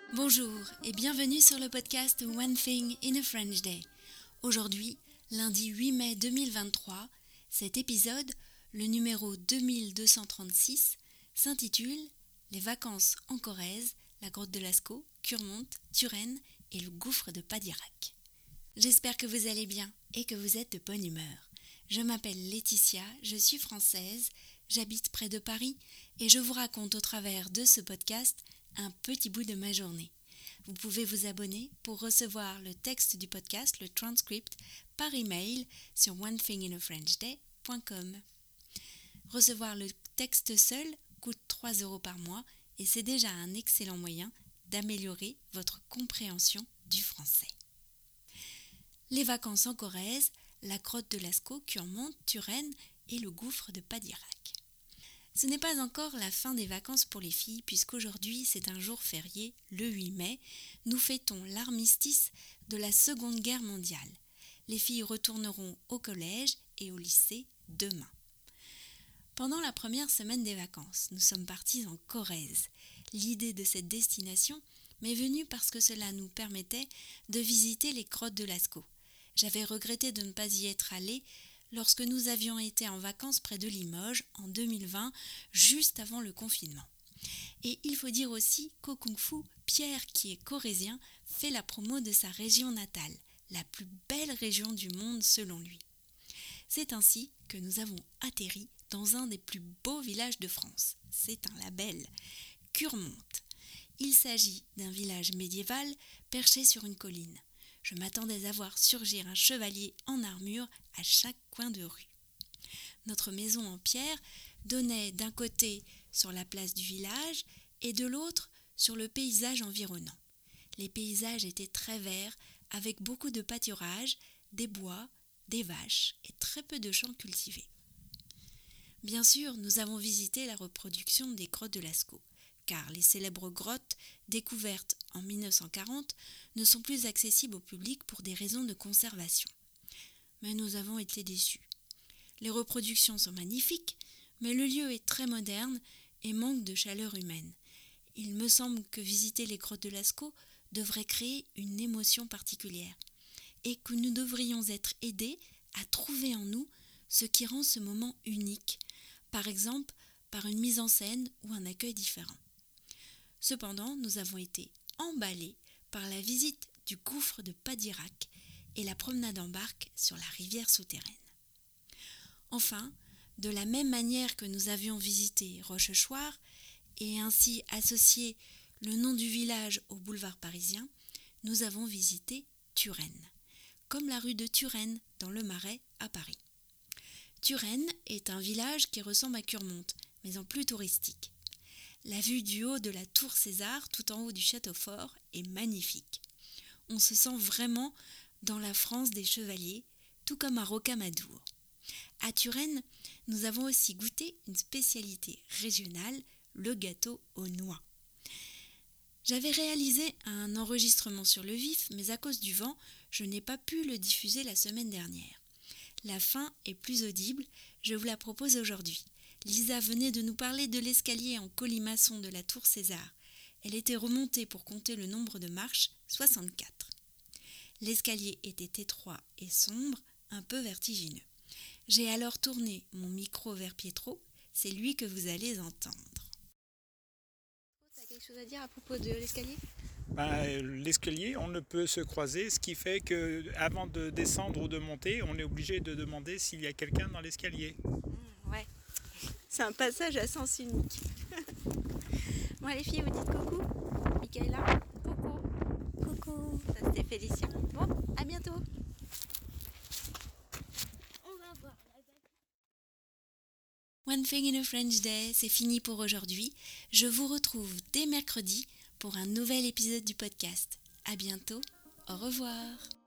Bonjour et bienvenue sur le podcast One Thing in a French Day. Aujourd'hui, lundi 8 mai 2023, cet épisode, le numéro 2236, s'intitule « Les vacances en Corrèze, la grotte de Lascaux, Curmonte, Turenne et le gouffre de Padirac ». J'espère que vous allez bien et que vous êtes de bonne humeur. Je m'appelle Laetitia, je suis française, j'habite près de Paris et je vous raconte au travers de ce podcast un petit bout de ma journée. Vous pouvez vous abonner pour recevoir le texte du podcast, le transcript, par email sur onethinginafrenchday.com. Recevoir le texte seul coûte 3 € par mois et c'est déjà un excellent moyen d'améliorer votre compréhension du français. Les vacances en Corrèze, la grotte de Lascaux, Curmonte, Turenne et le gouffre de Padirac. Ce n'est pas encore la fin des vacances pour les filles puisqu'aujourd'hui c'est un jour férié, le 8 mai, nous fêtons l'armistice de la Seconde Guerre mondiale. Les filles retourneront au collège et au lycée demain. Pendant la première semaine des vacances, nous sommes partis en Corrèze. L'idée de cette destination m'est venue parce que cela nous permettait de visiter les grottes de Lascaux. J'avais regretté de ne pas y être allée lorsque nous avions été en vacances près de Limoges en 2020, juste avant le confinement. Et il faut dire aussi qu'au Kung Fu, Pierre, qui est corrézien, fait la promo de sa région natale, la plus belle région du monde selon lui. C'est ainsi que nous avons atterri dans un des plus beaux villages de France. C'est un label, Curmonte. Il s'agit d'un village médiéval perché sur une colline. Je m'attendais à voir surgir un chevalier en armure à chaque coin de rue. Notre maison en pierre donnait d'un côté sur la place du village et de l'autre sur le paysage environnant. Les paysages étaient très verts avec beaucoup de pâturages, des bois, des vaches et très peu de champs cultivés. Bien sûr, nous avons visité la reproduction des grottes de Lascaux, car les célèbres grottes découvertes en 1940 ne sont plus accessibles au public pour des raisons de conservation. Mais nous avons été déçus. Les reproductions sont magnifiques, mais le lieu est très moderne et manque de chaleur humaine. Il me semble que visiter les grottes de Lascaux devrait créer une émotion particulière et que nous devrions être aidés à trouver en nous ce qui rend ce moment unique, par exemple par une mise en scène ou un accueil différent. Cependant, nous avons été emballés par la visite du gouffre de Padirac et la promenade en barque sur la rivière souterraine. Enfin, de la même manière que nous avions visité Rochechouart et ainsi associé le nom du village au boulevard parisien, nous avons visité Turenne, comme la rue de Turenne dans le Marais à Paris. Turenne est un village qui ressemble à Curmonte, mais en plus touristique. La vue du haut de la tour César, tout en haut du château fort, est magnifique. On se sent vraiment dans la France des chevaliers, tout comme à Rocamadour. À Turenne, nous avons aussi goûté une spécialité régionale, le gâteau aux noix. J'avais réalisé un enregistrement sur le vif, mais à cause du vent, je n'ai pas pu le diffuser la semaine dernière. La fin est plus audible, je vous la propose aujourd'hui. Lisa venait de nous parler de l'escalier en colimaçon de la tour César. Elle était remontée pour compter le nombre de marches, 64. L'escalier était étroit et sombre, un peu vertigineux. J'ai alors tourné mon micro vers Pietro, c'est lui que vous allez entendre. Tu as quelque chose à dire à propos de l'escalier ? L'escalier, on ne peut se croiser, ce qui fait qu'avant de descendre ou de monter, on est obligé de demander s'il y a quelqu'un dans l'escalier. Ouais, c'est un passage à sens unique. Bon les filles, vous dites coucou. Michaela, coucou. Coucou. Ça c'était Félicia. Bon, à bientôt. On va voir. One Thing in a French Day, c'est fini pour aujourd'hui. Je vous retrouve dès mercredi pour un nouvel épisode du podcast. À bientôt, au revoir.